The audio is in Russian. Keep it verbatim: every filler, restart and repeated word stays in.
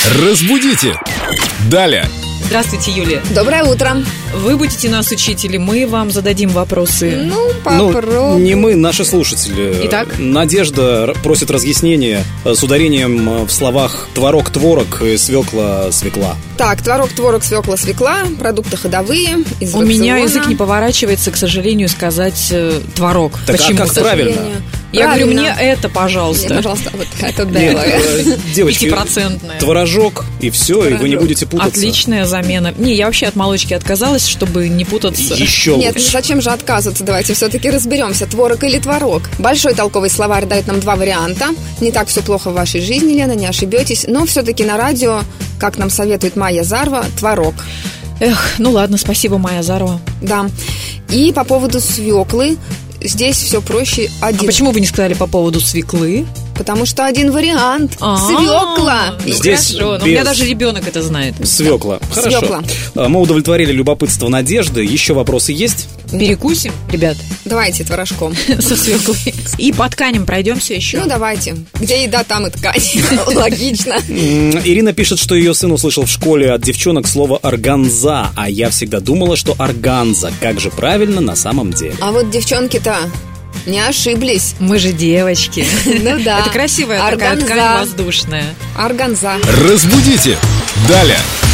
Разбудите! Далее! Здравствуйте, Юлия. Доброе утро. Вы будете нас учить или мы вам зададим вопросы? Ну, попробуем. Ну, не мы, наши слушатели. Итак? Надежда просит разъяснения с ударением в словах творог-творог и свекла-свекла. Так, творог, творог, свекла, свекла, продукты ходовые из У рациона. меня язык не поворачивается, к сожалению, сказать э, творог. Так, а Почему? как правильно? Я Правильно. говорю, мне это, пожалуйста. Нет, пожалуйста, вот это Нет, да. э, девочки, Пятипроцентное. творожок, и все, и вы не Творожок. будете путаться. Отличная замена. Не, я вообще от молочки отказалась, чтобы не путаться. Еще Нет, ну лучше. зачем же отказываться? Давайте все-таки разберемся, творог или творог. Большой толковый словарь дает нам два варианта. Не так все плохо в вашей жизни, Лена, не ошибетесь. Но все-таки на радио, как нам советует Майя Зарва, творог. Эх, ну ладно, спасибо, Майя Зарова. Да. И по поводу свеклы, здесь все проще. А Один. почему вы не сказали по поводу свеклы? Потому что один вариант. А, Свекла. ну, Здесь хорошо, но у без- меня даже ребенок это знает. Свекла. Хорошо. Свекла. А, Мы удовлетворили любопытство Надежды. Еще вопросы есть? Перекусим, ребят, Давайте творожком. со свеклой. И по тканям пройдемся еще. Ну, давайте. Где еда, там и ткань. Логично. М, Ирина пишет, что ее сын услышал в школе от девчонок слово «органза», а я всегда думала, что «органза». Как же правильно на самом деле? А вот девчонки-то не ошиблись. Мы же девочки. Ну да. Это красивая такая Органза. ткань воздушная. Органза. Разбудите! Далее!